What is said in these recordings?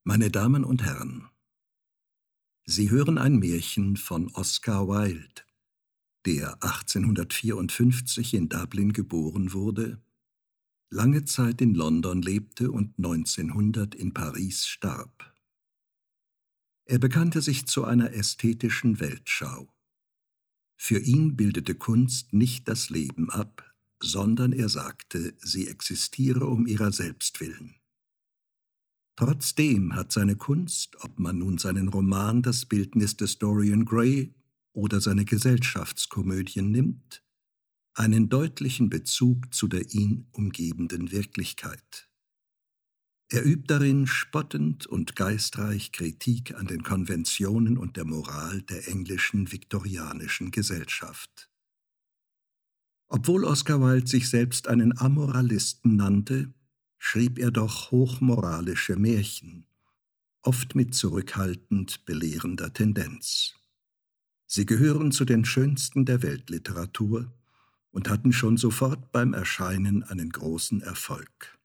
Meine Damen und Herren, Sie hören ein Märchen von Oscar Wilde, der 1854 in Dublin geboren wurde, lange Zeit in London lebte und 1900 in Paris starb. Er bekannte sich zu einer ästhetischen Weltschau. Für ihn bildete Kunst nicht das Leben ab, sondern er sagte, sie existiere um ihrer selbst willen. Trotzdem hat seine Kunst, ob man nun seinen Roman Das Bildnis des Dorian Gray oder seine Gesellschaftskomödien nimmt, einen deutlichen Bezug zu der ihn umgebenden Wirklichkeit. Er übt darin spottend und geistreich Kritik an den Konventionen und der Moral der englischen viktorianischen Gesellschaft. Obwohl Oscar Wilde sich selbst einen Amoralisten nannte, schrieb er doch hochmoralische Märchen, oft mit zurückhaltend belehrender Tendenz. Sie gehören zu den schönsten der Weltliteratur und hatten schon sofort beim Erscheinen einen großen Erfolg.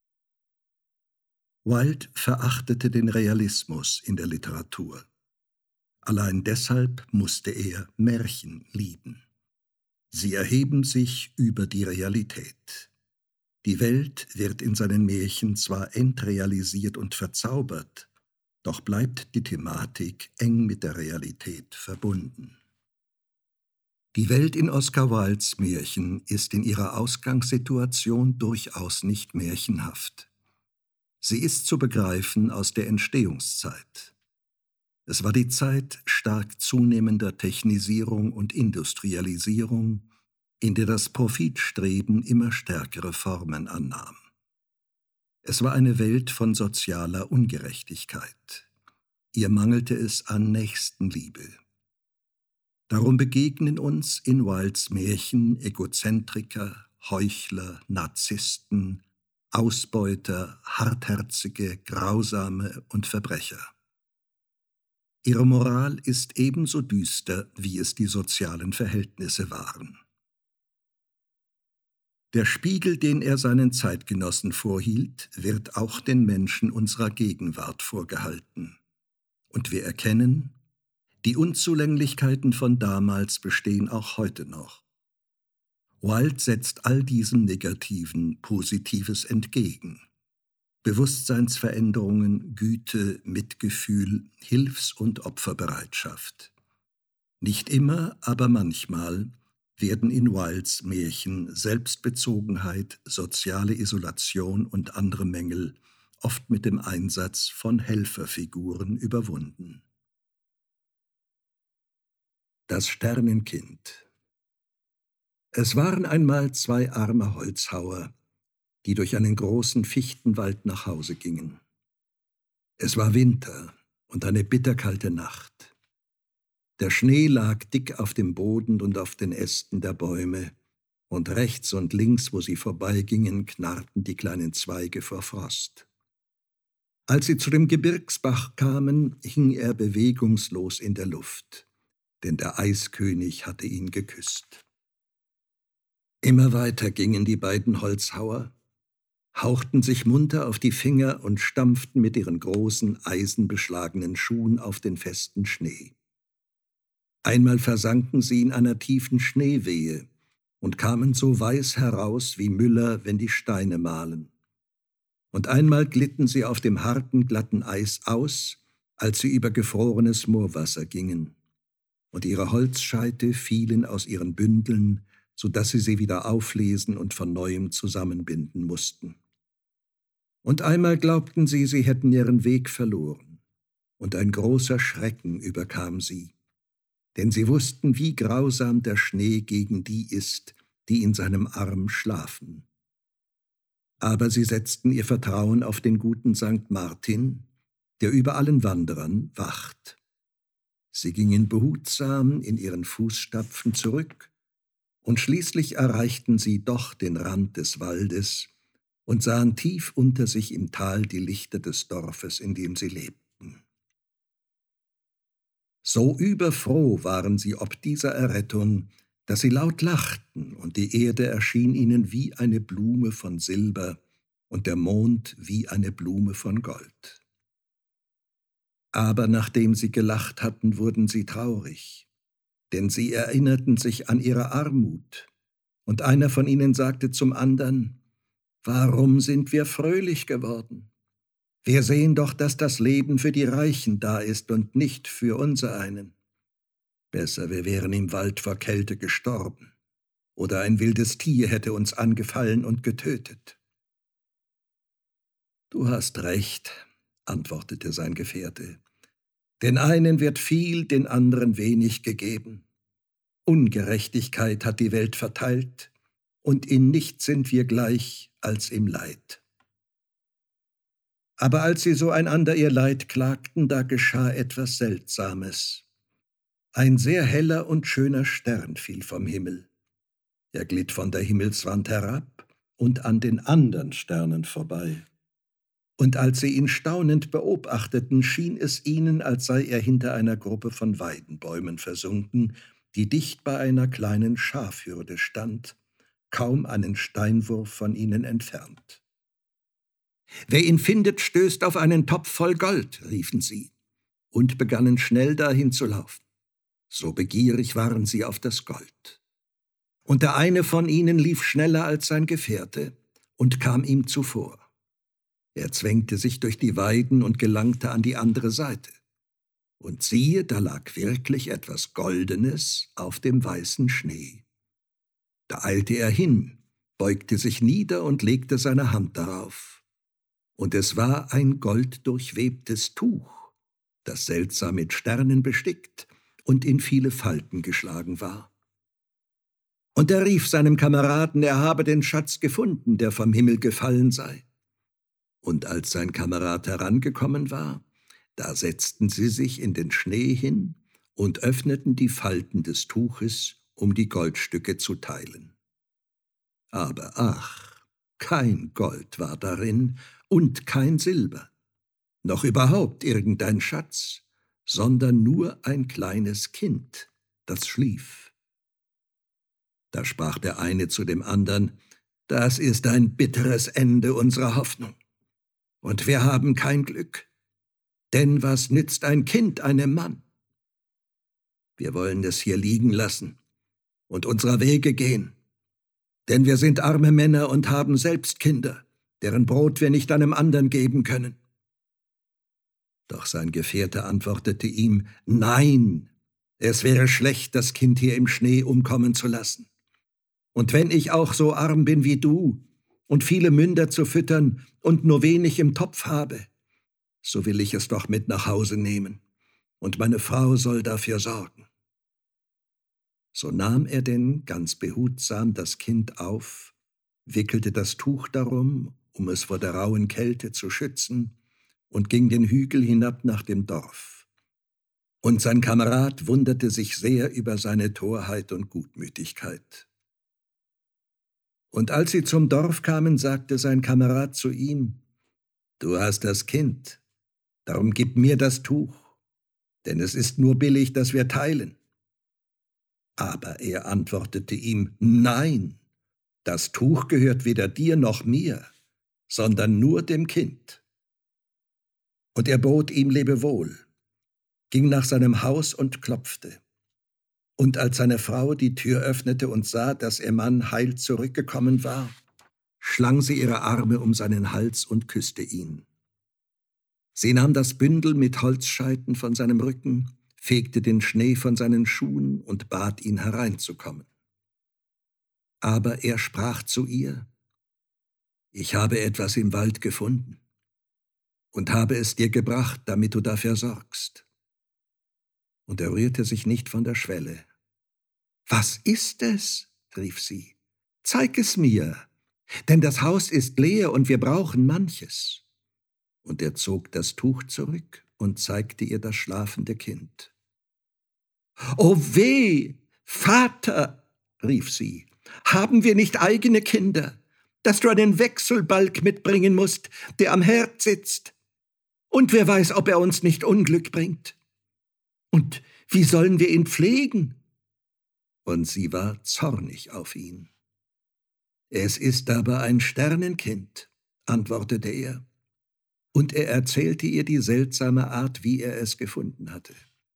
Wilde verachtete den Realismus in der Literatur. Allein deshalb musste er Märchen lieben. Sie erheben sich über die Realität. Die Welt wird in seinen Märchen zwar entrealisiert und verzaubert, doch bleibt die Thematik eng mit der Realität verbunden. Die Welt in Oscar Wildes Märchen ist in ihrer Ausgangssituation durchaus nicht märchenhaft. Sie ist zu begreifen aus der Entstehungszeit. Es war die Zeit stark zunehmender Technisierung und Industrialisierung, in der das Profitstreben immer stärkere Formen annahm. Es war eine Welt von sozialer Ungerechtigkeit. Ihr mangelte es an Nächstenliebe. Darum begegnen uns in Wildes Märchen Egozentriker, Heuchler, Narzissten, Ausbeuter, Hartherzige, Grausame und Verbrecher. Ihre Moral ist ebenso düster, wie es die sozialen Verhältnisse waren. Der Spiegel, den er seinen Zeitgenossen vorhielt, wird auch den Menschen unserer Gegenwart vorgehalten. Und wir erkennen, die Unzulänglichkeiten von damals bestehen auch heute noch. Wilde setzt all diesem Negativen Positives entgegen. Bewusstseinsveränderungen, Güte, Mitgefühl, Hilfs- und Opferbereitschaft. Nicht immer, aber manchmal werden in Wildes Märchen Selbstbezogenheit, soziale Isolation und andere Mängel oft mit dem Einsatz von Helferfiguren überwunden. Das Sternenkind. Es waren einmal zwei arme Holzhauer, die durch einen großen Fichtenwald nach Hause gingen. Es war Winter und eine bitterkalte Nacht. Der Schnee lag dick auf dem Boden und auf den Ästen der Bäume, und rechts und links, wo sie vorbeigingen, knarrten die kleinen Zweige vor Frost. Als sie zu dem Gebirgsbach kamen, hing er bewegungslos in der Luft, denn der Eiskönig hatte ihn geküsst. Immer weiter gingen die beiden Holzhauer, hauchten sich munter auf die Finger und stampften mit ihren großen, eisenbeschlagenen Schuhen auf den festen Schnee. Einmal versanken sie in einer tiefen Schneewehe und kamen so weiß heraus wie Müller, wenn die Steine mahlen. Und einmal glitten sie auf dem harten, glatten Eis aus, als sie über gefrorenes Moorwasser gingen. Und ihre Holzscheite fielen aus ihren Bündeln, sodass sie wieder auflesen und von neuem zusammenbinden mussten. Und einmal glaubten sie, sie hätten ihren Weg verloren, und ein großer Schrecken überkam sie. Denn sie wussten, wie grausam der Schnee gegen die ist, die in seinem Arm schlafen. Aber sie setzten ihr Vertrauen auf den guten Sankt Martin, der über allen Wanderern wacht. Sie gingen behutsam in ihren Fußstapfen zurück, und schließlich erreichten sie doch den Rand des Waldes und sahen tief unter sich im Tal die Lichter des Dorfes, in dem sie lebten. So überfroh waren sie ob dieser Errettung, dass sie laut lachten, und die Erde erschien ihnen wie eine Blume von Silber und der Mond wie eine Blume von Gold. Aber nachdem sie gelacht hatten, wurden sie traurig, denn sie erinnerten sich an ihre Armut. Und einer von ihnen sagte zum anderen: Warum sind wir fröhlich geworden? Wir sehen doch, dass das Leben für die Reichen da ist und nicht für unsereinen. Besser, wir wären im Wald vor Kälte gestorben, oder ein wildes Tier hätte uns angefallen und getötet. Du hast recht, antwortete sein Gefährte. Den einen wird viel, den anderen wenig gegeben. Ungerechtigkeit hat die Welt verteilt, und in nichts sind wir gleich als im Leid. Aber als sie so einander ihr Leid klagten, da geschah etwas Seltsames. Ein sehr heller und schöner Stern fiel vom Himmel. Er glitt von der Himmelswand herab und an den anderen Sternen vorbei. Und als sie ihn staunend beobachteten, schien es ihnen, als sei er hinter einer Gruppe von Weidenbäumen versunken, die dicht bei einer kleinen Schafhürde stand, kaum einen Steinwurf von ihnen entfernt. »Wer ihn findet, stößt auf einen Topf voll Gold«, riefen sie, und begannen schnell dahin zu laufen. So begierig waren sie auf das Gold. Und der eine von ihnen lief schneller als sein Gefährte und kam ihm zuvor. Er zwängte sich durch die Weiden und gelangte an die andere Seite. Und siehe, da lag wirklich etwas Goldenes auf dem weißen Schnee. Da eilte er hin, beugte sich nieder und legte seine Hand darauf. Und es war ein golddurchwebtes Tuch, das seltsam mit Sternen bestickt und in viele Falten geschlagen war. Und er rief seinem Kameraden, er habe den Schatz gefunden, der vom Himmel gefallen sei. Und als sein Kamerad herangekommen war, da setzten sie sich in den Schnee hin und öffneten die Falten des Tuches, um die Goldstücke zu teilen. Aber ach, kein Gold war darin und kein Silber, noch überhaupt irgendein Schatz, sondern nur ein kleines Kind, das schlief. Da sprach der eine zu dem andern: Das ist ein bitteres Ende unserer Hoffnung. Und wir haben kein Glück. Denn was nützt ein Kind einem Mann? Wir wollen es hier liegen lassen und unserer Wege gehen. Denn wir sind arme Männer und haben selbst Kinder, deren Brot wir nicht einem anderen geben können. Doch sein Gefährte antwortete ihm: Nein, es wäre schlecht, das Kind hier im Schnee umkommen zu lassen. Und wenn ich auch so arm bin wie du und viele Münder zu füttern und nur wenig im Topf habe, so will ich es doch mit nach Hause nehmen, und meine Frau soll dafür sorgen. So nahm er denn ganz behutsam das Kind auf, wickelte das Tuch darum, um es vor der rauen Kälte zu schützen, und ging den Hügel hinab nach dem Dorf. Und sein Kamerad wunderte sich sehr über seine Torheit und Gutmütigkeit. Und als sie zum Dorf kamen, sagte sein Kamerad zu ihm: Du hast das Kind, darum gib mir das Tuch, denn es ist nur billig, dass wir teilen. Aber er antwortete ihm: Nein, das Tuch gehört weder dir noch mir, sondern nur dem Kind. Und er bot ihm Lebewohl, ging nach seinem Haus und klopfte. Und als seine Frau die Tür öffnete und sah, dass ihr Mann heil zurückgekommen war, schlang sie ihre Arme um seinen Hals und küsste ihn. Sie nahm das Bündel mit Holzscheiten von seinem Rücken, fegte den Schnee von seinen Schuhen und bat ihn hereinzukommen. Aber er sprach zu ihr: Ich habe etwas im Wald gefunden und habe es dir gebracht, damit du dafür sorgst. Und er rührte sich nicht von der Schwelle. Was ist es? Rief sie. Zeig es mir, denn das Haus ist leer und wir brauchen manches. Und er zog das Tuch zurück und zeigte ihr das schlafende Kind. »O weh, Vater«, rief sie, »haben wir nicht eigene Kinder, dass du einen Wechselbalg mitbringen musst, der am Herd sitzt? Und wer weiß, ob er uns nicht Unglück bringt? Und wie sollen wir ihn pflegen?« Und sie war zornig auf ihn. »Es ist aber ein Sternenkind«, antwortete er, und er erzählte ihr die seltsame Art, wie er es gefunden hatte.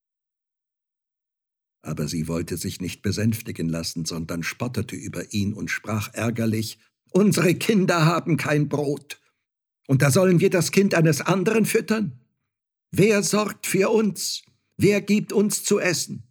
Aber sie wollte sich nicht besänftigen lassen, sondern spottete über ihn und sprach ärgerlich: »Unsere Kinder haben kein Brot, und da sollen wir das Kind eines anderen füttern? Wer sorgt für uns? Wer gibt uns zu essen?«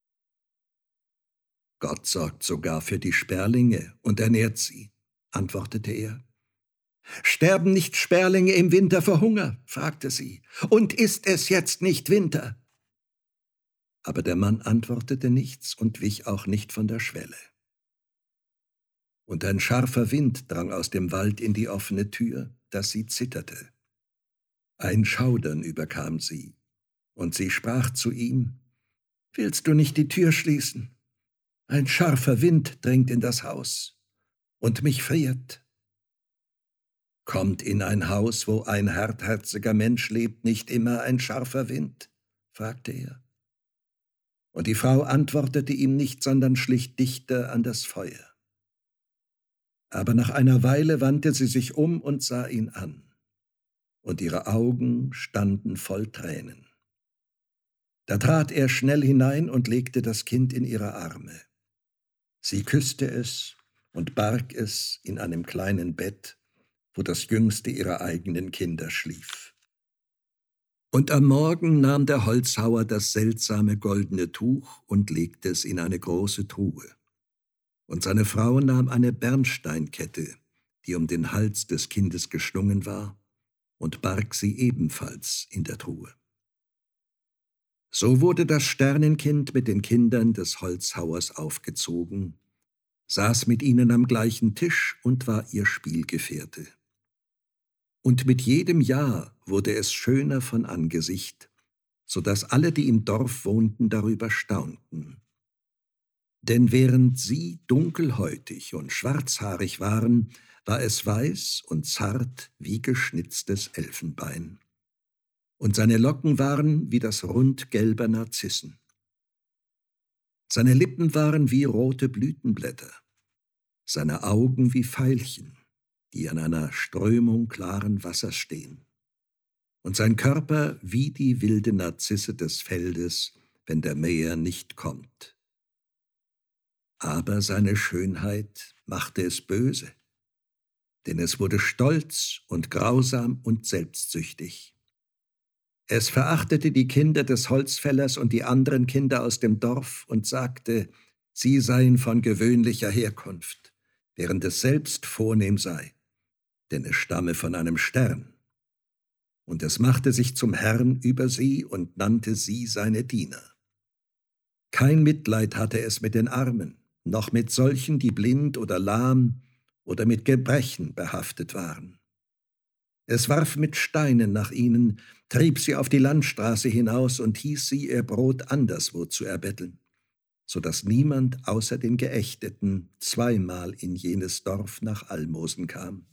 »Gott sorgt sogar für die Sperlinge und ernährt sie«, antwortete er. »Sterben nicht Sperlinge im Winter vor Hunger?« fragte sie. »Und ist es jetzt nicht Winter?« Aber der Mann antwortete nichts und wich auch nicht von der Schwelle. Und ein scharfer Wind drang aus dem Wald in die offene Tür, dass sie zitterte. Ein Schaudern überkam sie, und sie sprach zu ihm: »Willst du nicht die Tür schließen? Ein scharfer Wind dringt in das Haus, und mich friert.« »Kommt in ein Haus, wo ein hartherziger Mensch lebt, nicht immer ein scharfer Wind?« fragte er. Und die Frau antwortete ihm nicht, sondern schlich dichter an das Feuer. Aber nach einer Weile wandte sie sich um und sah ihn an, und ihre Augen standen voll Tränen. Da trat er schnell hinein und legte das Kind in ihre Arme. Sie küsste es und barg es in einem kleinen Bett, wo das jüngste ihrer eigenen Kinder schlief. Und am Morgen nahm der Holzhauer das seltsame goldene Tuch und legte es in eine große Truhe. Und seine Frau nahm eine Bernsteinkette, die um den Hals des Kindes geschlungen war, und barg sie ebenfalls in der Truhe. So wurde das Sternenkind mit den Kindern des Holzhauers aufgezogen, saß mit ihnen am gleichen Tisch und war ihr Spielgefährte. Und mit jedem Jahr wurde es schöner von Angesicht, so dass alle, die im Dorf wohnten, darüber staunten. Denn während sie dunkelhäutig und schwarzhaarig waren, war es weiß und zart wie geschnitztes Elfenbein. Und seine Locken waren wie das Rund gelber Narzissen. Seine Lippen waren wie rote Blütenblätter, seine Augen wie Veilchen, die an einer Strömung klaren Wassers stehen, und sein Körper wie die wilde Narzisse des Feldes, wenn der Mäher nicht kommt. Aber seine Schönheit machte es böse, denn es wurde stolz und grausam und selbstsüchtig. Es verachtete die Kinder des Holzfällers und die anderen Kinder aus dem Dorf und sagte, sie seien von gewöhnlicher Herkunft, während es selbst vornehm sei, denn es stamme von einem Stern. Und es machte sich zum Herrn über sie und nannte sie seine Diener. Kein Mitleid hatte es mit den Armen, noch mit solchen, die blind oder lahm oder mit Gebrechen behaftet waren. Es warf mit Steinen nach ihnen, trieb sie auf die Landstraße hinaus und hieß sie, ihr Brot anderswo zu erbetteln, so dass niemand außer den Geächteten zweimal in jenes Dorf nach Almosen kam.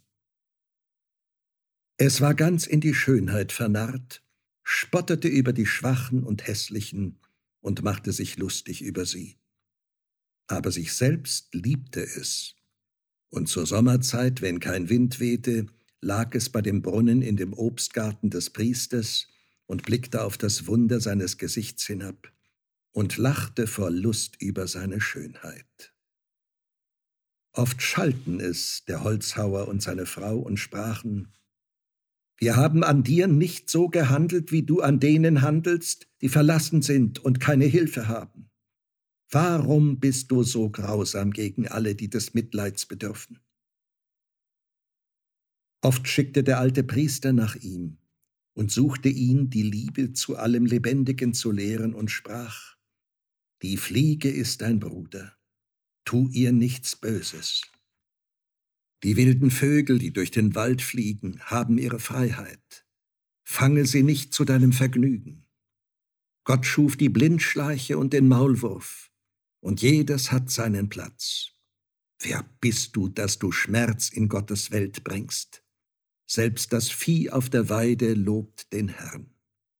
Es war ganz in die Schönheit vernarrt, spottete über die Schwachen und Hässlichen und machte sich lustig über sie. Aber sich selbst liebte es, und zur Sommerzeit, wenn kein Wind wehte, lag es bei dem Brunnen in dem Obstgarten des Priesters und blickte auf das Wunder seines Gesichts hinab und lachte vor Lust über seine Schönheit. Oft schalten es der Holzhauer und seine Frau und sprachen, wir haben an dir nicht so gehandelt, wie du an denen handelst, die verlassen sind und keine Hilfe haben. Warum bist du so grausam gegen alle, die des Mitleids bedürfen? Oft schickte der alte Priester nach ihm und suchte ihn, die Liebe zu allem Lebendigen zu lehren und sprach, die Fliege ist dein Bruder, tu ihr nichts Böses. Die wilden Vögel, die durch den Wald fliegen, haben ihre Freiheit. Fange sie nicht zu deinem Vergnügen. Gott schuf die Blindschleiche und den Maulwurf, und jedes hat seinen Platz. Wer bist du, dass du Schmerz in Gottes Welt bringst? Selbst das Vieh auf der Weide lobt den Herrn.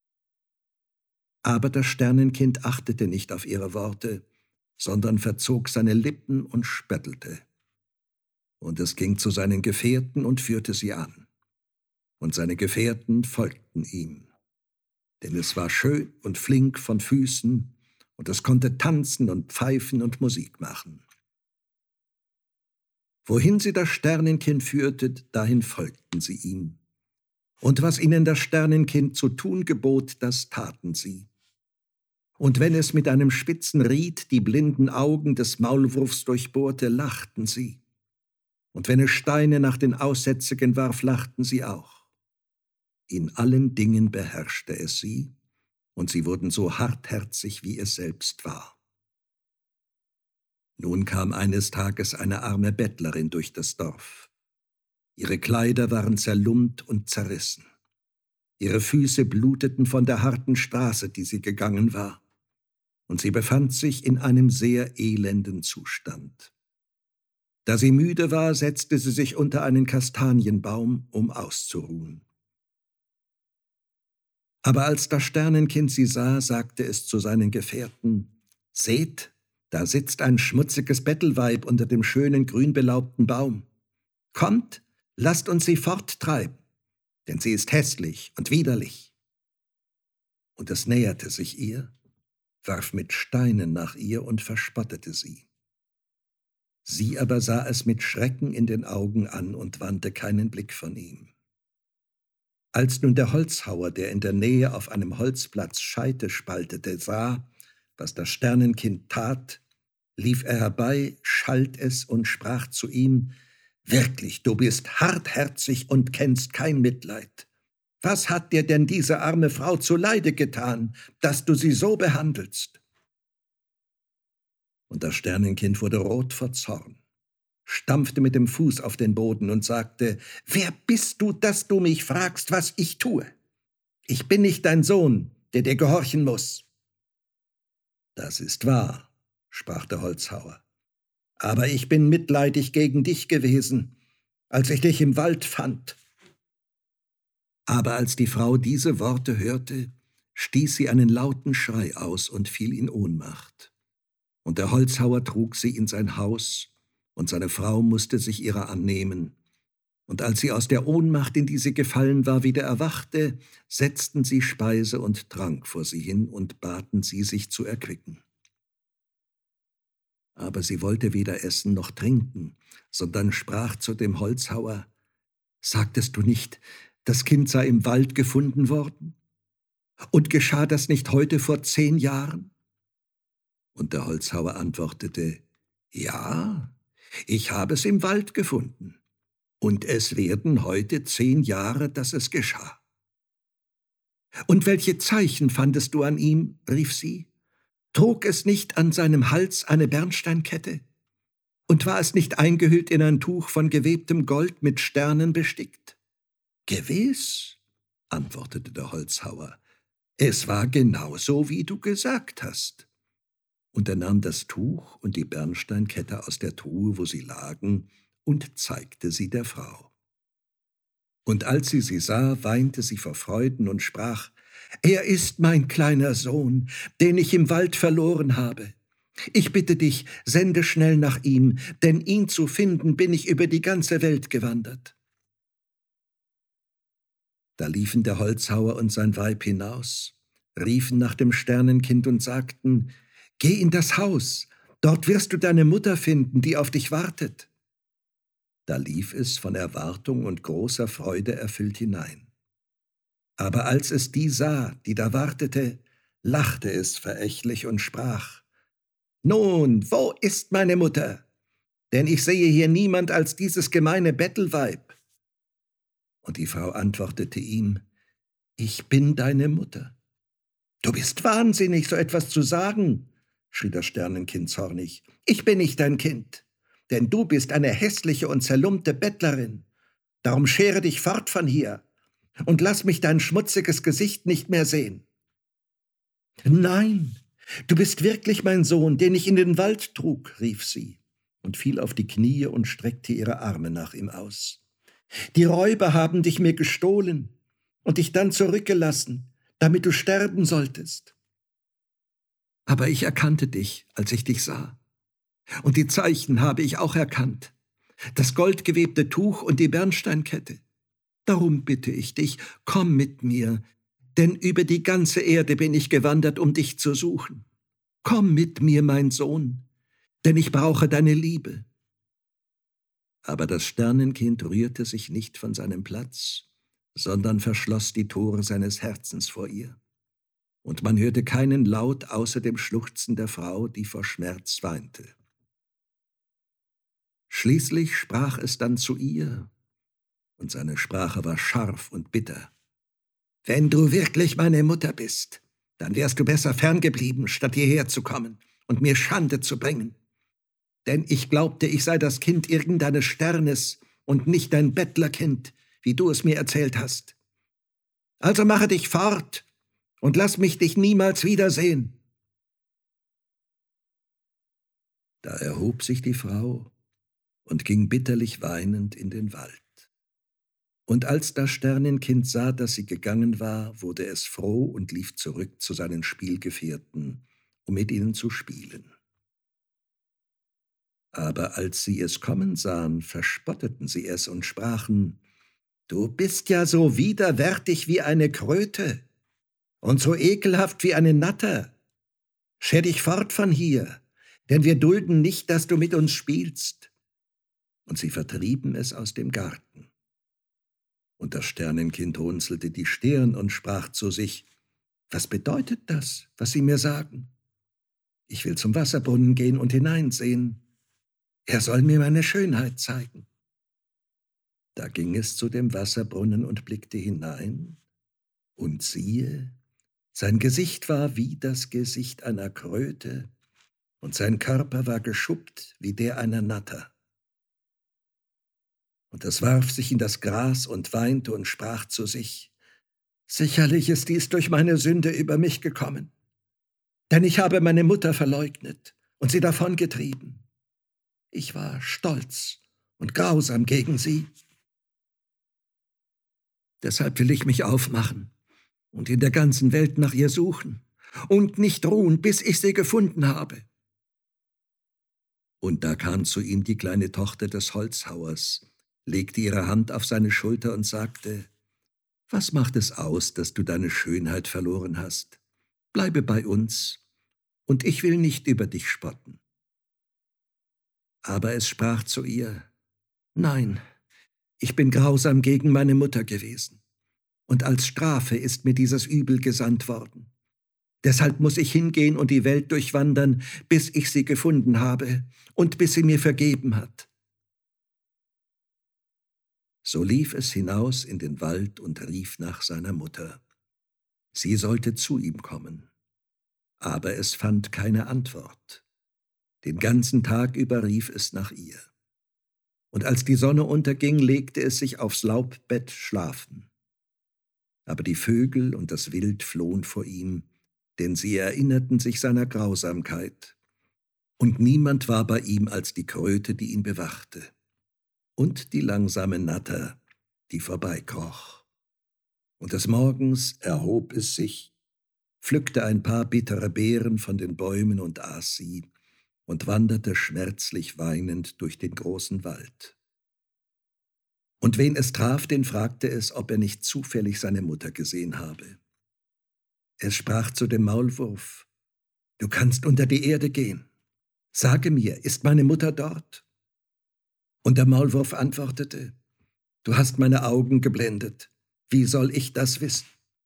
Aber das Sternenkind achtete nicht auf ihre Worte, sondern verzog seine Lippen und spöttelte. Und es ging zu seinen Gefährten und führte sie an. und seine Gefährten folgten ihm. Denn es war schön und flink von Füßen, und es konnte tanzen und pfeifen und Musik machen. Wohin sie das Sternenkind führte, dahin folgten sie ihm. Und was ihnen das Sternenkind zu tun gebot, das taten sie. Und wenn es mit einem spitzen Ried die blinden Augen des Maulwurfs durchbohrte, lachten sie. Und wenn es Steine nach den Aussätzigen warf, lachten sie auch. In allen Dingen beherrschte es sie, und sie wurden so hartherzig, wie es selbst war. Nun kam eines Tages eine arme Bettlerin durch das Dorf. Ihre Kleider waren zerlumpt und zerrissen. Ihre Füße bluteten von der harten Straße, die sie gegangen war, und sie befand sich in einem sehr elenden Zustand. Da sie müde war, setzte sie sich unter einen Kastanienbaum, um auszuruhen. Aber als das Sternenkind sie sah, sagte es zu seinen Gefährten: »Seht, da sitzt ein schmutziges Bettelweib unter dem schönen grünbelaubten Baum. Kommt, lasst uns sie forttreiben, denn sie ist hässlich und widerlich.« Und es näherte sich ihr, warf mit Steinen nach ihr und verspottete sie. Sie aber sah es mit Schrecken in den Augen an und wandte keinen Blick von ihm. Als nun der Holzhauer, der in der Nähe auf einem Holzplatz Scheite spaltete, sah, was das Sternenkind tat, lief er herbei, schalt es und sprach zu ihm: »Wirklich, du bist hartherzig und kennst kein Mitleid. Was hat dir denn diese arme Frau zuleide getan, dass du sie so behandelst?« Und das Sternenkind wurde rot vor Zorn, stampfte mit dem Fuß auf den Boden und sagte: »Wer bist du, dass du mich fragst, was ich tue? Ich bin nicht dein Sohn, der dir gehorchen muss.« »Das ist wahr«, sprach der Holzhauer, »aber ich bin mitleidig gegen dich gewesen, als ich dich im Wald fand.« Aber als die Frau diese Worte hörte, stieß sie einen lauten Schrei aus und fiel in Ohnmacht. Und der Holzhauer trug sie in sein Haus, und seine Frau musste sich ihrer annehmen. Und als sie aus der Ohnmacht, in die sie gefallen war, wieder erwachte, setzten sie Speise und Trank vor sie hin und baten sie, sich zu erquicken. Aber sie wollte weder essen noch trinken, sondern sprach zu dem Holzhauer: »Sagtest du nicht, das Kind sei im Wald gefunden worden? Und geschah das nicht heute vor 10 Jahren? Und der Holzhauer antwortete: »Ja, ich habe es im Wald gefunden, und es werden heute 10 Jahre, dass es geschah.« »Und welche Zeichen fandest du an ihm?« rief sie. »Trug es nicht an seinem Hals eine Bernsteinkette? Und war es nicht eingehüllt in ein Tuch von gewebtem Gold mit Sternen bestickt?« »Gewiss«, antwortete der Holzhauer, »es war genau so, wie du gesagt hast.« Und er nahm das Tuch und die Bernsteinkette aus der Truhe, wo sie lagen, und zeigte sie der Frau. Und als sie sah, weinte sie vor Freuden und sprach: »Er ist mein kleiner Sohn, den ich im Wald verloren habe. Ich bitte dich, sende schnell nach ihm, denn ihn zu finden, bin ich über die ganze Welt gewandert.« Da liefen der Holzhauer und sein Weib hinaus, riefen nach dem Sternenkind und sagten: »Geh in das Haus, dort wirst du deine Mutter finden, die auf dich wartet.« Da lief es von Erwartung und großer Freude erfüllt hinein. Aber als es die sah, die da wartete, lachte es verächtlich und sprach: »Nun, wo ist meine Mutter? Denn ich sehe hier niemand als dieses gemeine Bettelweib.« Und die Frau antwortete ihm: »Ich bin deine Mutter.« »Du bist wahnsinnig, so etwas zu sagen«, schrie das Sternenkind zornig. »Ich bin nicht dein Kind, denn du bist eine hässliche und zerlumpte Bettlerin. Darum schere dich fort von hier und lass mich dein schmutziges Gesicht nicht mehr sehen.« »Nein, du bist wirklich mein Sohn, den ich in den Wald trug«, rief sie und fiel auf die Knie und streckte ihre Arme nach ihm aus. »Die Räuber haben dich mir gestohlen und dich dann zurückgelassen, damit du sterben solltest. Aber ich erkannte dich, als ich dich sah. Und die Zeichen habe ich auch erkannt, das goldgewebte Tuch und die Bernsteinkette. Darum bitte ich dich, komm mit mir, denn über die ganze Erde bin ich gewandert, um dich zu suchen. Komm mit mir, mein Sohn, denn ich brauche deine Liebe. Aber das Sternenkind rührte sich nicht von seinem Platz, sondern verschloss die Tore seines Herzens vor ihr. Und man hörte keinen Laut außer dem Schluchzen der Frau, die vor Schmerz weinte. Schließlich sprach es dann zu ihr, und seine Sprache war scharf und bitter. »Wenn du wirklich meine Mutter bist, dann wärst du besser ferngeblieben, statt hierher zu kommen und mir Schande zu bringen. Denn ich glaubte, ich sei das Kind irgendeines Sternes und nicht dein Bettlerkind, wie du es mir erzählt hast. Also mache dich fort und lass mich dich niemals wiedersehen.« Da erhob sich die Frau und ging bitterlich weinend in den Wald. Und als das Sternenkind sah, dass sie gegangen war, wurde es froh und lief zurück zu seinen Spielgefährten, um mit ihnen zu spielen. Aber als sie es kommen sahen, verspotteten sie es und sprachen, »Du bist ja so widerwärtig wie eine Kröte und so ekelhaft wie eine Natter. Scher dich fort von hier, denn wir dulden nicht, dass du mit uns spielst.« Und sie vertrieben es aus dem Garten. Und das Sternenkind runzelte die Stirn und sprach zu sich, »Was bedeutet das, was Sie mir sagen? Ich will zum Wasserbrunnen gehen und hineinsehen. Er soll mir meine Schönheit zeigen.« Da ging es zu dem Wasserbrunnen und blickte hinein, und siehe, sein Gesicht war wie das Gesicht einer Kröte, und sein Körper war geschuppt wie der einer Natter. Und es warf sich in das Gras und weinte und sprach zu sich, »Sicherlich ist dies durch meine Sünde über mich gekommen, denn ich habe meine Mutter verleugnet und sie davongetrieben. Ich war stolz und grausam gegen sie. Deshalb will ich mich aufmachen und in der ganzen Welt nach ihr suchen und nicht ruhen, bis ich sie gefunden habe.« Und da kam zu ihm die kleine Tochter des Holzhauers, legte ihre Hand auf seine Schulter und sagte, »Was macht es aus, dass du deine Schönheit verloren hast? Bleibe bei uns, und ich will nicht über dich spotten.« Aber es sprach zu ihr, »Nein, ich bin grausam gegen meine Mutter gewesen, und als Strafe ist mir dieses Übel gesandt worden. Deshalb muss ich hingehen und die Welt durchwandern, bis ich sie gefunden habe und bis sie mir vergeben hat.« So lief es hinaus in den Wald und rief nach seiner Mutter. Sie sollte zu ihm kommen, aber es fand keine Antwort. Den ganzen Tag über rief es nach ihr. Und als die Sonne unterging, legte es sich aufs Laubbett schlafen. Aber die Vögel und das Wild flohen vor ihm, denn sie erinnerten sich seiner Grausamkeit. Und niemand war bei ihm als die Kröte, die ihn bewachte, und die langsame Natter, die vorbeikroch. Und des Morgens erhob es sich, pflückte ein paar bittere Beeren von den Bäumen und aß sie und wanderte schmerzlich weinend durch den großen Wald. Und wen es traf, den fragte es, ob er nicht zufällig seine Mutter gesehen habe. Es sprach zu dem Maulwurf, »Du kannst unter die Erde gehen. Sage mir, ist meine Mutter dort?« Und der Maulwurf antwortete, »Du hast meine Augen geblendet. Wie soll ich das wissen?«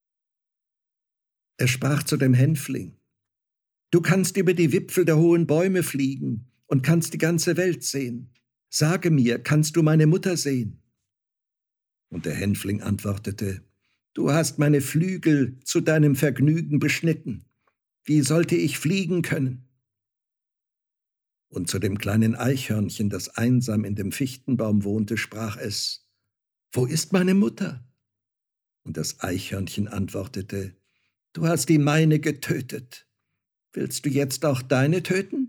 Er sprach zu dem Hänfling, »Du kannst über die Wipfel der hohen Bäume fliegen und kannst die ganze Welt sehen. Sage mir, kannst du meine Mutter sehen?« Und der Hänfling antwortete, »Du hast meine Flügel zu deinem Vergnügen beschnitten. Wie sollte ich fliegen können?« Und zu dem kleinen Eichhörnchen, das einsam in dem Fichtenbaum wohnte, sprach es, »Wo ist meine Mutter?« Und das Eichhörnchen antwortete, »Du hast die meine getötet. Willst du jetzt auch deine töten?«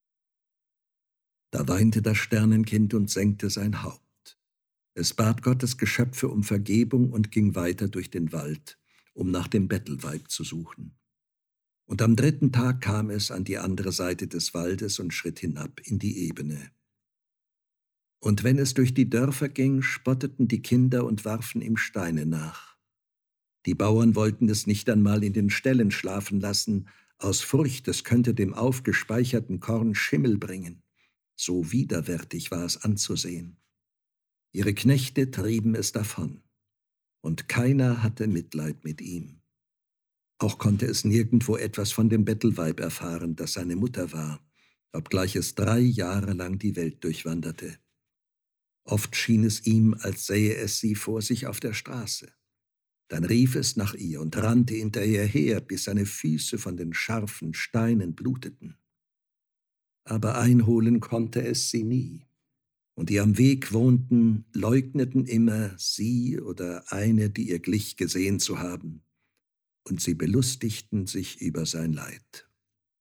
Da weinte das Sternenkind und senkte sein Haupt. Es bat Gottes Geschöpfe um Vergebung und ging weiter durch den Wald, um nach dem Bettelweib zu suchen. Und am 3. Tag kam es an die andere Seite des Waldes und schritt hinab in die Ebene. Und wenn es durch die Dörfer ging, spotteten die Kinder und warfen ihm Steine nach. Die Bauern wollten es nicht einmal in den Ställen schlafen lassen, aus Furcht, es könnte dem aufgespeicherten Korn Schimmel bringen. So widerwärtig war es anzusehen. Ihre Knechte trieben es davon, und keiner hatte Mitleid mit ihm. Auch konnte es nirgendwo etwas von dem Bettelweib erfahren, das seine Mutter war, obgleich es 3 Jahre lang die Welt durchwanderte. Oft schien es ihm, als sähe es sie vor sich auf der Straße. Dann rief es nach ihr und rannte hinter ihr her, bis seine Füße von den scharfen Steinen bluteten. Aber einholen konnte es sie nie, und die am Weg wohnten, leugneten immer, sie oder eine, die ihr glich, gesehen zu haben, und sie belustigten sich über sein Leid.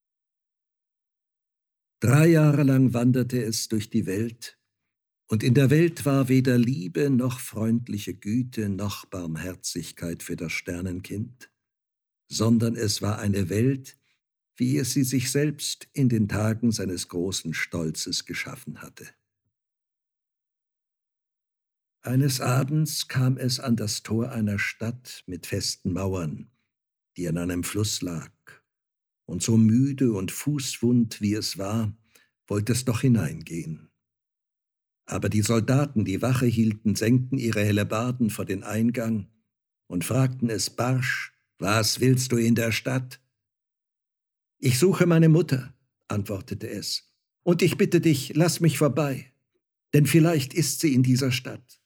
3 Jahre lang wanderte es durch die Welt, und in der Welt war weder Liebe noch freundliche Güte noch Barmherzigkeit für das Sternenkind, sondern es war eine Welt, wie es sie sich selbst in den Tagen seines großen Stolzes geschaffen hatte. Eines Abends kam es an das Tor einer Stadt mit festen Mauern, die an einem Fluss lag, und so müde und fußwund wie es war, wollte es doch hineingehen. Aber die Soldaten, die Wache hielten, senkten ihre Hellebarden vor den Eingang und fragten es barsch: »Was willst du in der Stadt?« »Ich suche meine Mutter«, antwortete es, »und ich bitte dich, lass mich vorbei, denn vielleicht ist sie in dieser Stadt.«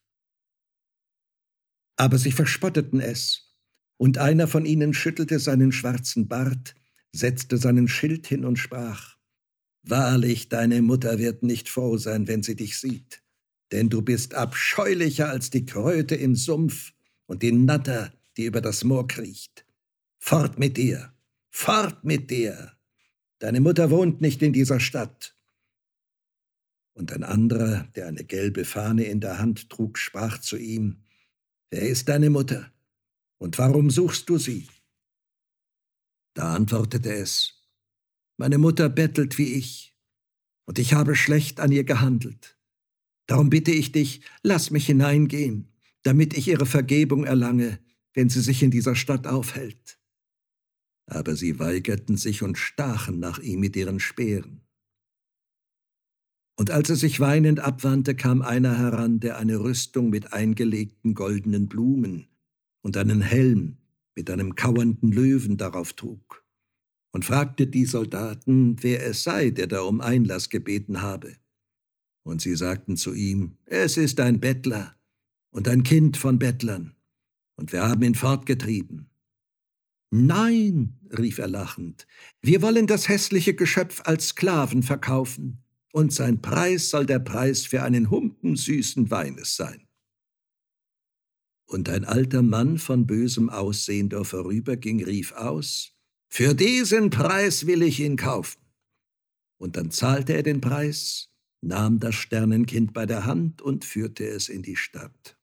Aber sie verspotteten es, und einer von ihnen schüttelte seinen schwarzen Bart, setzte seinen Schild hin und sprach: »Wahrlich, deine Mutter wird nicht froh sein, wenn sie dich sieht, denn du bist abscheulicher als die Kröte im Sumpf und die Natter, die über das Moor kriecht. Fort mit dir, fort mit dir! Deine Mutter wohnt nicht in dieser Stadt.« Und ein anderer, der eine gelbe Fahne in der Hand trug, sprach zu ihm: »Wer ist deine Mutter, und warum suchst du sie?« Da antwortete es: »Meine Mutter bettelt wie ich, und ich habe schlecht an ihr gehandelt. Darum bitte ich dich, lass mich hineingehen, damit ich ihre Vergebung erlange, wenn sie sich in dieser Stadt aufhält.« Aber sie weigerten sich und stachen nach ihm mit ihren Speeren. Und als er sich weinend abwandte, kam einer heran, der eine Rüstung mit eingelegten goldenen Blumen und einen Helm mit einem kauernden Löwen darauf trug, und fragte die Soldaten, wer es sei, der da um Einlass gebeten habe. Und sie sagten zu ihm: »Es ist ein Bettler und ein Kind von Bettlern, und wir haben ihn fortgetrieben.« »Nein«, rief er lachend, »wir wollen das hässliche Geschöpf als Sklaven verkaufen, und sein Preis soll der Preis für einen Humpen süßen Weines sein.« Und ein alter Mann von bösem Aussehen, der vorüberging, rief aus: »Für diesen Preis will ich ihn kaufen.« Und dann zahlte er den Preis, nahm das Sternenkind bei der Hand und führte es in die Stadt.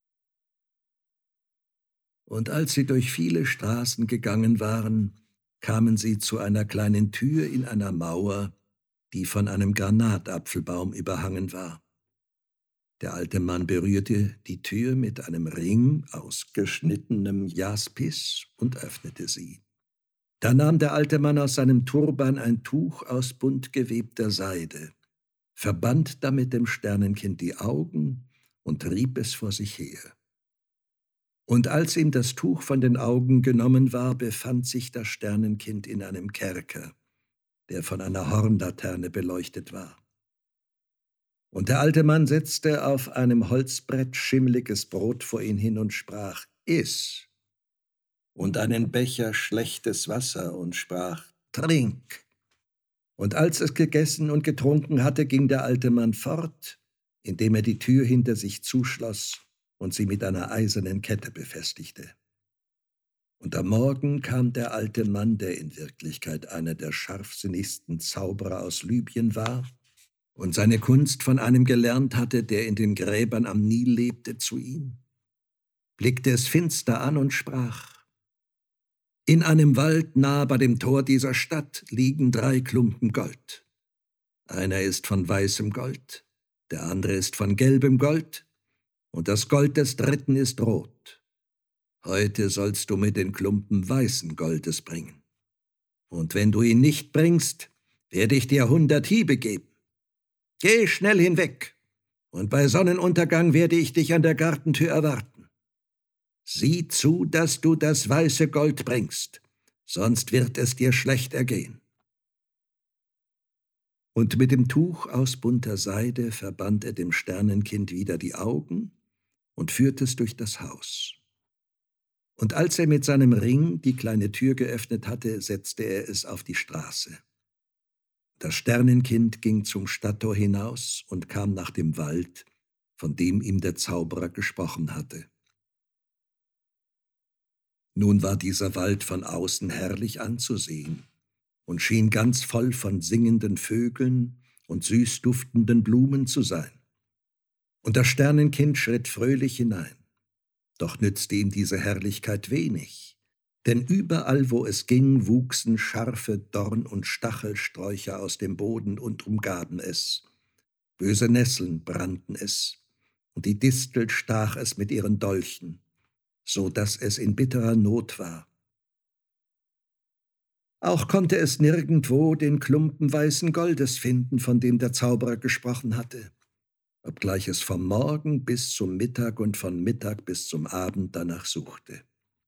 Und als sie durch viele Straßen gegangen waren, kamen sie zu einer kleinen Tür in einer Mauer, die von einem Granatapfelbaum überhangen war. Der alte Mann berührte die Tür mit einem Ring aus geschnittenem Jaspis und öffnete sie. Da nahm der alte Mann aus seinem Turban ein Tuch aus bunt gewebter Seide, verband damit dem Sternenkind die Augen und rieb es vor sich her. Und als ihm das Tuch von den Augen genommen war, befand sich das Sternenkind in einem Kerker, der von einer Hornlaterne beleuchtet war. Und der alte Mann setzte auf einem Holzbrett schimmliges Brot vor ihn hin und sprach: »Iss!« und einen Becher schlechtes Wasser und sprach: »Trink!« Und als es gegessen und getrunken hatte, ging der alte Mann fort, indem er die Tür hinter sich zuschloss und sie mit einer eisernen Kette befestigte. Und am Morgen kam der alte Mann, der in Wirklichkeit einer der scharfsinnigsten Zauberer aus Libyen war und seine Kunst von einem gelernt hatte, der in den Gräbern am Nil lebte, zu ihm, blickte es finster an und sprach: »In einem Wald nahe bei dem Tor dieser Stadt liegen 3 Klumpen Gold. Einer ist von weißem Gold, der andere ist von gelbem Gold, und das Gold des dritten ist rot. Heute sollst du mir den Klumpen weißen Goldes bringen. Und wenn du ihn nicht bringst, werde ich dir 100 Hiebe geben. Geh schnell hinweg, und bei Sonnenuntergang werde ich dich an der Gartentür erwarten. Sieh zu, dass du das weiße Gold bringst, sonst wird es dir schlecht ergehen. Und mit dem Tuch aus bunter Seide verband er dem Sternenkind wieder die Augen und führte es durch das Haus. Und als er mit seinem Ring die kleine Tür geöffnet hatte, setzte er es auf die Straße. Das Sternenkind ging zum Stadttor hinaus und kam nach dem Wald, von dem ihm der Zauberer gesprochen hatte. Nun war dieser Wald von außen herrlich anzusehen und schien ganz voll von singenden Vögeln und süß duftenden Blumen zu sein. Und das Sternenkind schritt fröhlich hinein. Doch nützte ihm diese Herrlichkeit wenig, denn überall, wo es ging, wuchsen scharfe Dorn- und Stachelsträucher aus dem Boden und umgaben es. Böse Nesseln brannten es, und die Distel stach es mit ihren Dolchen, so dass es in bitterer Not war. Auch konnte es nirgendwo den Klumpen weißen Goldes finden, von dem der Zauberer gesprochen hatte, obgleich es vom Morgen bis zum Mittag und von Mittag bis zum Abend danach suchte.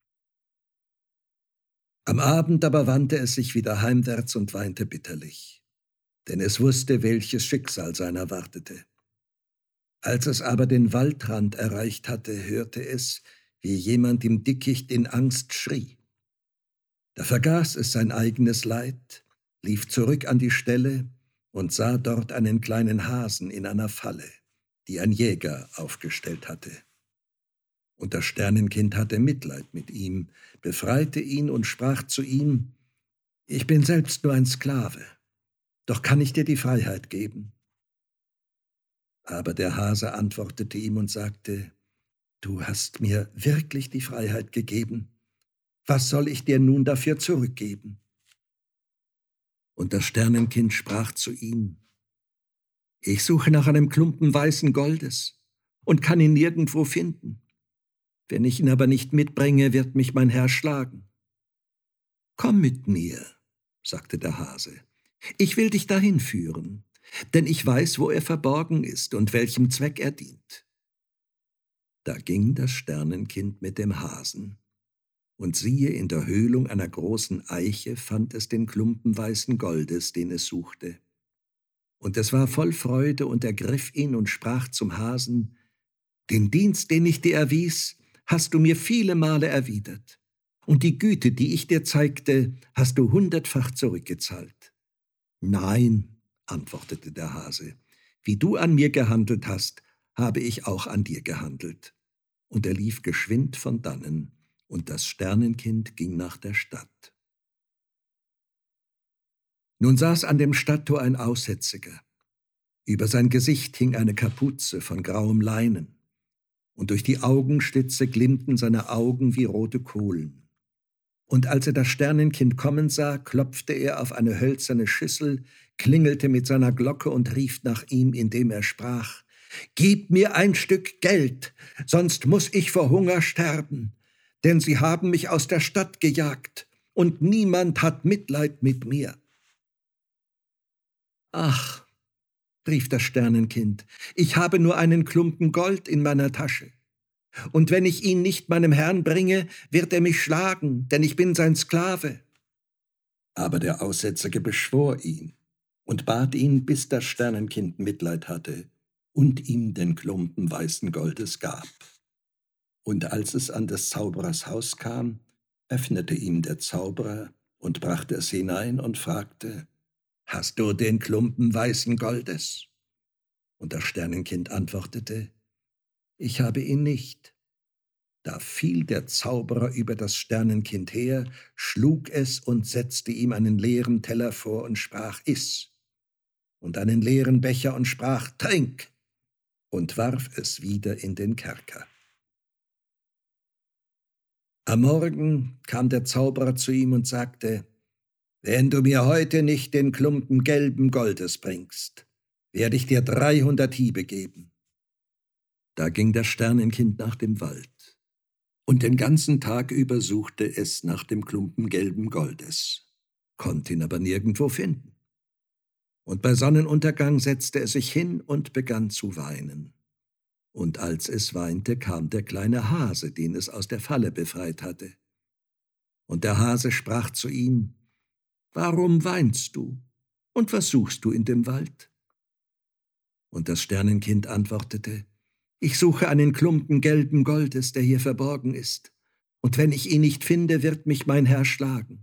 Am Abend aber wandte es sich wieder heimwärts und weinte bitterlich, denn es wusste, welches Schicksal seiner wartete. Als es aber den Waldrand erreicht hatte, hörte es, wie jemand im Dickicht in Angst schrie. Da vergaß es sein eigenes Leid, lief zurück an die Stelle und sah dort einen kleinen Hasen in einer Falle, die ein Jäger aufgestellt hatte. Und das Sternenkind hatte Mitleid mit ihm, befreite ihn und sprach zu ihm: »Ich bin selbst nur ein Sklave, doch kann ich dir die Freiheit geben.« Aber der Hase antwortete ihm und sagte: »Du hast mir wirklich die Freiheit gegeben. Was soll ich dir nun dafür zurückgeben?« Und das Sternenkind sprach zu ihm: »Ich suche nach einem Klumpen weißen Goldes und kann ihn nirgendwo finden. Wenn ich ihn aber nicht mitbringe, wird mich mein Herr schlagen.« »Komm mit mir«, sagte der Hase. »Ich will dich dahin führen, denn ich weiß, wo er verborgen ist und welchem Zweck er dient.« Da ging das Sternenkind mit dem Hasen, und siehe, in der Höhlung einer großen Eiche fand es den Klumpen weißen Goldes, den es suchte. Und es war voll Freude und ergriff ihn und sprach zum Hasen: »Den Dienst, den ich dir erwies, hast du mir viele Male erwidert, und die Güte, die ich dir zeigte, hast du 100-fach zurückgezahlt.« »Nein«, antwortete der Hase, »wie du an mir gehandelt hast, habe ich auch an dir gehandelt.« Und er lief geschwind von dannen, und das Sternenkind ging nach der Stadt. Nun saß an dem Stadttor ein Aussätziger. Über sein Gesicht hing eine Kapuze von grauem Leinen, und durch die Augenstitze glimmten seine Augen wie rote Kohlen. Und als er das Sternenkind kommen sah, klopfte er auf eine hölzerne Schüssel, klingelte mit seiner Glocke und rief nach ihm, indem er sprach: »Gib mir ein Stück Geld, sonst muß ich vor Hunger sterben, denn sie haben mich aus der Stadt gejagt, und niemand hat Mitleid mit mir.« »Ach«, rief das Sternenkind, »ich habe nur einen Klumpen Gold in meiner Tasche. Und wenn ich ihn nicht meinem Herrn bringe, wird er mich schlagen, denn ich bin sein Sklave.« Aber der Aussätzige beschwor ihn und bat ihn, bis das Sternenkind Mitleid hatte und ihm den Klumpen weißen Goldes gab. Und als es an des Zauberers Haus kam, öffnete ihm der Zauberer und brachte es hinein und fragte: »Hast du den Klumpen weißen Goldes?« Und das Sternenkind antwortete: »Ich habe ihn nicht.« Da fiel der Zauberer über das Sternenkind her, schlug es und setzte ihm einen leeren Teller vor und sprach: »Iss«, und einen leeren Becher und sprach: »Trink«, und warf es wieder in den Kerker. Am Morgen kam der Zauberer zu ihm und sagte: »Wenn du mir heute nicht den Klumpen gelben Goldes bringst, werde ich dir 300 Hiebe geben. Da ging das Sternenkind nach dem Wald, und den ganzen Tag über suchte es nach dem Klumpen gelben Goldes, konnte ihn aber nirgendwo finden. Und bei Sonnenuntergang setzte es sich hin und begann zu weinen. Und als es weinte, kam der kleine Hase, den es aus der Falle befreit hatte. Und der Hase sprach zu ihm: »Warum weinst du? Und was suchst du in dem Wald?« Und das Sternenkind antwortete: »Ich suche einen Klumpen gelben Goldes, der hier verborgen ist. Und wenn ich ihn nicht finde, wird mich mein Herr schlagen.«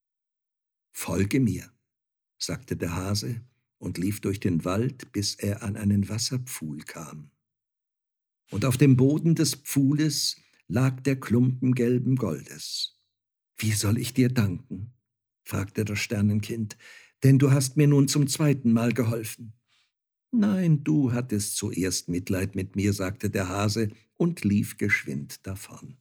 »Folge mir«, sagte der Hase und lief durch den Wald, bis er an einen Wasserpfuhl kam. Und auf dem Boden des Pfuhles lag der Klumpen gelben Goldes. »Wie soll ich dir danken?«, fragte das Sternenkind, »denn du hast mir nun zum 2. Mal geholfen.« »Nein, du hattest zuerst Mitleid mit mir«, sagte der Hase und lief geschwind davon.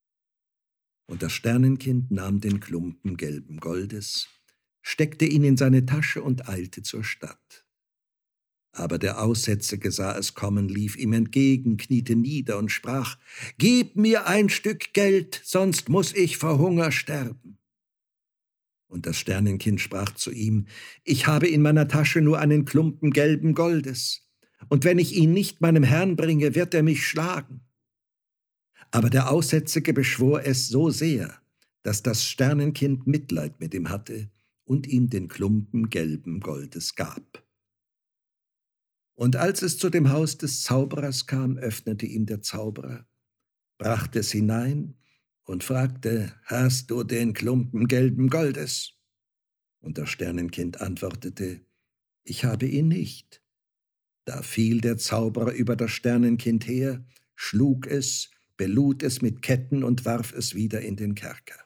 Und das Sternenkind nahm den Klumpen gelben Goldes, steckte ihn in seine Tasche und eilte zur Stadt. Aber der Aussätzige sah es kommen, lief ihm entgegen, kniete nieder und sprach: »Gib mir ein Stück Geld, sonst muß ich vor Hunger sterben.« Und das Sternenkind sprach zu ihm: »Ich habe in meiner Tasche nur einen Klumpen gelben Goldes, und wenn ich ihn nicht meinem Herrn bringe, wird er mich schlagen.« Aber der Aussätzige beschwor es so sehr, dass das Sternenkind Mitleid mit ihm hatte und ihm den Klumpen gelben Goldes gab. Und als es zu dem Haus des Zauberers kam, öffnete ihm der Zauberer, brachte es hinein und fragte: »Hast du den Klumpen gelben Goldes?« Und das Sternenkind antwortete: »Ich habe ihn nicht.« Da fiel der Zauberer über das Sternenkind her, schlug es, belud es mit Ketten und warf es wieder in den Kerker.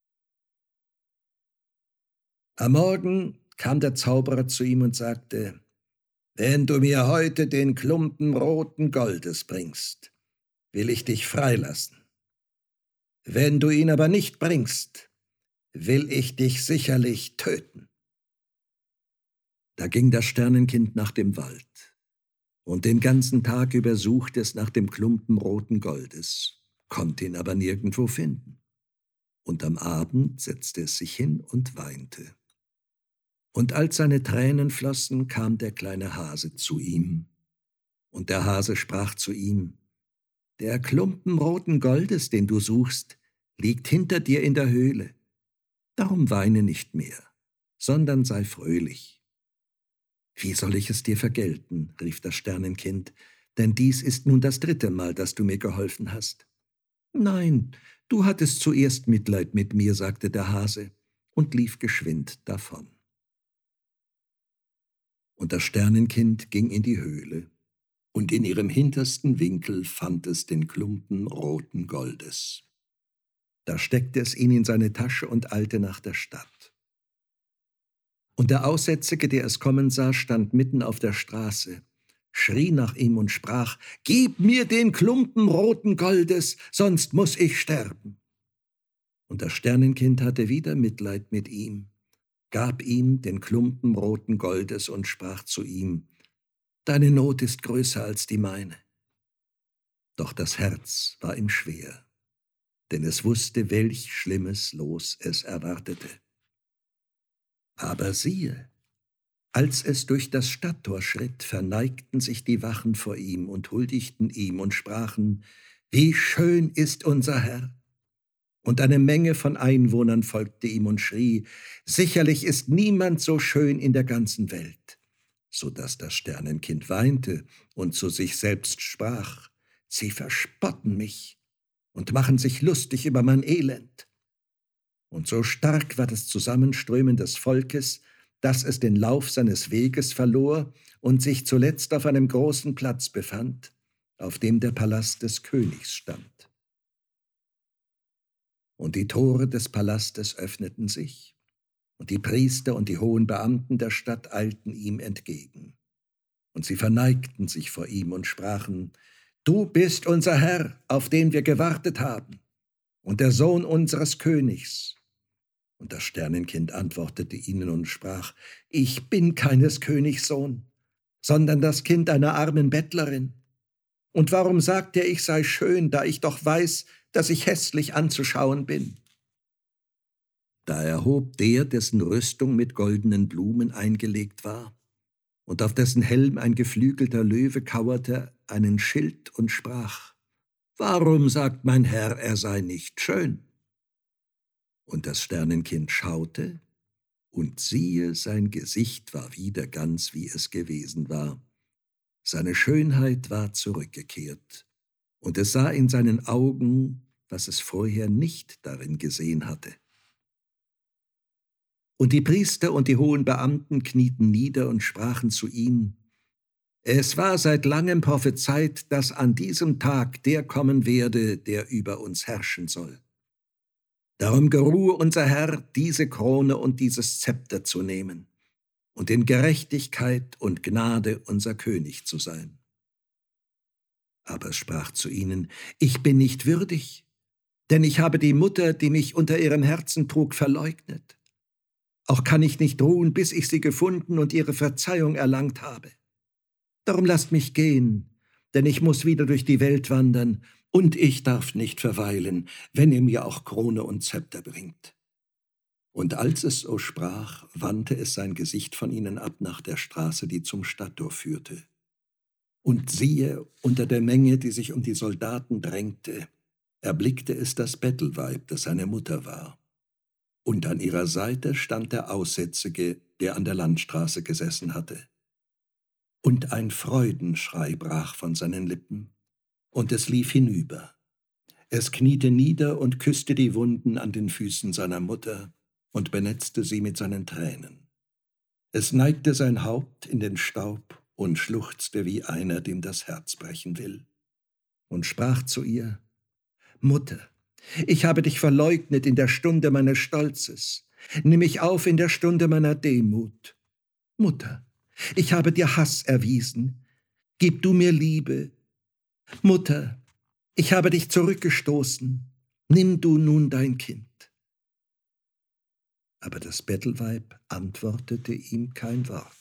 Am Morgen kam der Zauberer zu ihm und sagte: »Wenn du mir heute den Klumpen roten Goldes bringst, will ich dich freilassen. Wenn du ihn aber nicht bringst, will ich dich sicherlich töten.« Da ging das Sternenkind nach dem Wald, und den ganzen Tag über suchte es nach dem Klumpen roten Goldes, konnte ihn aber nirgendwo finden. Und am Abend setzte es sich hin und weinte. Und als seine Tränen flossen, kam der kleine Hase zu ihm. Und der Hase sprach zu ihm: »Der Klumpen roten Goldes, den du suchst, liegt hinter dir in der Höhle. Darum weine nicht mehr, sondern sei fröhlich.« »Wie soll ich es dir vergelten?«, rief das Sternenkind, »denn dies ist nun das 3. Mal, dass du mir geholfen hast.« »Nein, du hattest zuerst Mitleid mit mir«, sagte der Hase und lief geschwind davon. Und das Sternenkind ging in die Höhle, und in ihrem hintersten Winkel fand es den Klumpen roten Goldes. Da steckte es ihn in seine Tasche und eilte nach der Stadt. Und der Aussätzige, der es kommen sah, stand mitten auf der Straße, schrie nach ihm und sprach: »Gib mir den Klumpen roten Goldes, sonst muß ich sterben.« Und das Sternenkind hatte wieder Mitleid mit ihm, gab ihm den Klumpen roten Goldes und sprach zu ihm: »Deine Not ist größer als die meine.« Doch das Herz war ihm schwer, denn es wusste, welch schlimmes Los es erwartete. Aber siehe, als es durch das Stadttor schritt, verneigten sich die Wachen vor ihm und huldigten ihm und sprachen: »Wie schön ist unser Herr!« Und eine Menge von Einwohnern folgte ihm und schrie: »Sicherlich ist niemand so schön in der ganzen Welt«, so dass das Sternenkind weinte und zu sich selbst sprach: »Sie verspotten mich und machen sich lustig über mein Elend.« Und so stark war das Zusammenströmen des Volkes, dass es den Lauf seines Weges verlor und sich zuletzt auf einem großen Platz befand, auf dem der Palast des Königs stand. Und die Tore des Palastes öffneten sich, und die Priester und die hohen Beamten der Stadt eilten ihm entgegen. Und sie verneigten sich vor ihm und sprachen: »Du bist unser Herr, auf den wir gewartet haben, und der Sohn unseres Königs.« Und das Sternenkind antwortete ihnen und sprach: »Ich bin keines Königs Sohn, sondern das Kind einer armen Bettlerin. Und warum sagt er, ich sei schön, da ich doch weiß, dass ich hässlich anzuschauen bin? Da erhob der, dessen Rüstung mit goldenen Blumen eingelegt war, und auf dessen Helm ein geflügelter Löwe kauerte, einen Schild und sprach: Warum sagt mein Herr, er sei nicht schön? Und das Sternenkind schaute, und siehe, sein Gesicht war wieder ganz, wie es gewesen war. Seine Schönheit war zurückgekehrt, und es sah in seinen Augen, was es vorher nicht darin gesehen hatte. Und die Priester und die hohen Beamten knieten nieder und sprachen zu ihm: Es war seit langem prophezeit, dass an diesem Tag der kommen werde, der über uns herrschen soll. Darum geruhe unser Herr, diese Krone und dieses Zepter zu nehmen und in Gerechtigkeit und Gnade unser König zu sein. Aber es sprach zu ihnen: Ich bin nicht würdig, denn ich habe die Mutter, die mich unter ihrem Herzen trug, verleugnet. Auch kann ich nicht ruhen, bis ich sie gefunden und ihre Verzeihung erlangt habe. Darum lasst mich gehen, denn ich muss wieder durch die Welt wandern, und ich darf nicht verweilen, wenn ihr mir auch Krone und Zepter bringt. Und als es so sprach, wandte es sein Gesicht von ihnen ab nach der Straße, die zum Stadttor führte. Und siehe, unter der Menge, die sich um die Soldaten drängte, erblickte es das Bettelweib, das seine Mutter war. Und an ihrer Seite stand der Aussätzige, der an der Landstraße gesessen hatte. Und ein Freudenschrei brach von seinen Lippen, und es lief hinüber. Es kniete nieder und küsste die Wunden an den Füßen seiner Mutter und benetzte sie mit seinen Tränen. Es neigte sein Haupt in den Staub und schluchzte wie einer, dem das Herz brechen will, und sprach zu ihr: Mutter, ich habe dich verleugnet in der Stunde meines Stolzes. Nimm mich auf in der Stunde meiner Demut. Mutter, ich habe dir Hass erwiesen. Gib du mir Liebe. Mutter, ich habe dich zurückgestoßen. Nimm du nun dein Kind. Aber das Bettelweib antwortete ihm kein Wort.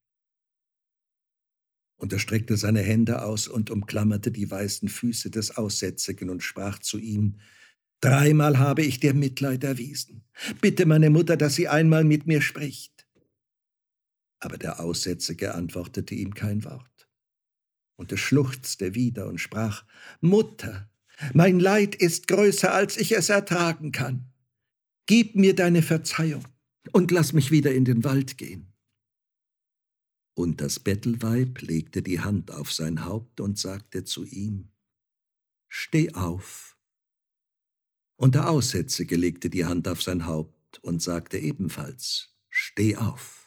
Und er streckte seine Hände aus und umklammerte die weißen Füße des Aussätzigen und sprach zu ihm: Dreimal habe ich dir Mitleid erwiesen. Bitte meine Mutter, dass sie einmal mit mir spricht. Aber der Aussätzige antwortete ihm kein Wort. Und er schluchzte wieder und sprach: Mutter, mein Leid ist größer, als ich es ertragen kann. Gib mir deine Verzeihung und lass mich wieder in den Wald gehen. Und das Bettelweib legte die Hand auf sein Haupt und sagte zu ihm: Steh auf. Und der Aussätzige legte die Hand auf sein Haupt und sagte ebenfalls: Steh auf.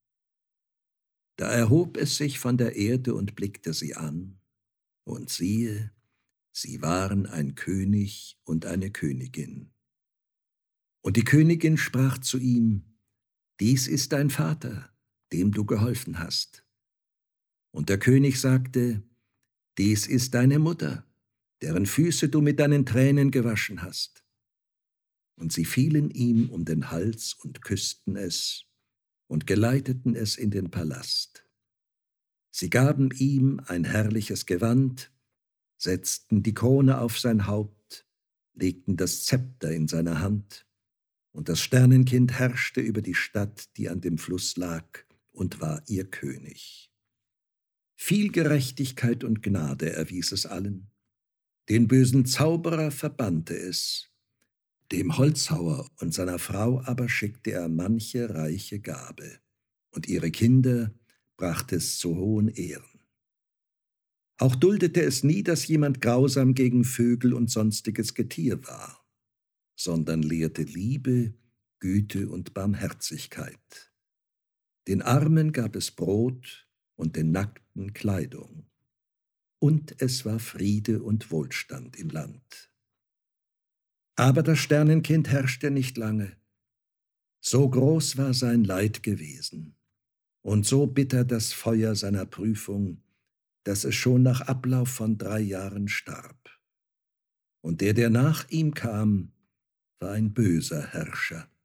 Da erhob es sich von der Erde und blickte sie an, und siehe, sie waren ein König und eine Königin. Und die Königin sprach zu ihm: Dies ist dein Vater, dem du geholfen hast. Und der König sagte: Dies ist deine Mutter, deren Füße du mit deinen Tränen gewaschen hast. Und sie fielen ihm um den Hals und küssten es und geleiteten es in den Palast. Sie gaben ihm ein herrliches Gewand, setzten die Krone auf sein Haupt, legten das Zepter in seine Hand, und das Sternenkind herrschte über die Stadt, die an dem Fluss lag, und war ihr König. Viel Gerechtigkeit und Gnade erwies es allen. Den bösen Zauberer verbannte es, dem Holzhauer und seiner Frau aber schickte er manche reiche Gabe, und ihre Kinder brachte es zu hohen Ehren. Auch duldete es nie, dass jemand grausam gegen Vögel und sonstiges Getier war, sondern lehrte Liebe, Güte und Barmherzigkeit. Den Armen gab es Brot und den Nackten Kleidung. Und es war Friede und Wohlstand im Land. Aber das Sternenkind herrschte nicht lange. So groß war sein Leid gewesen und so bitter das Feuer seiner Prüfung, dass es schon nach Ablauf von 3 Jahren starb. Und der nach ihm kam, war ein böser Herrscher.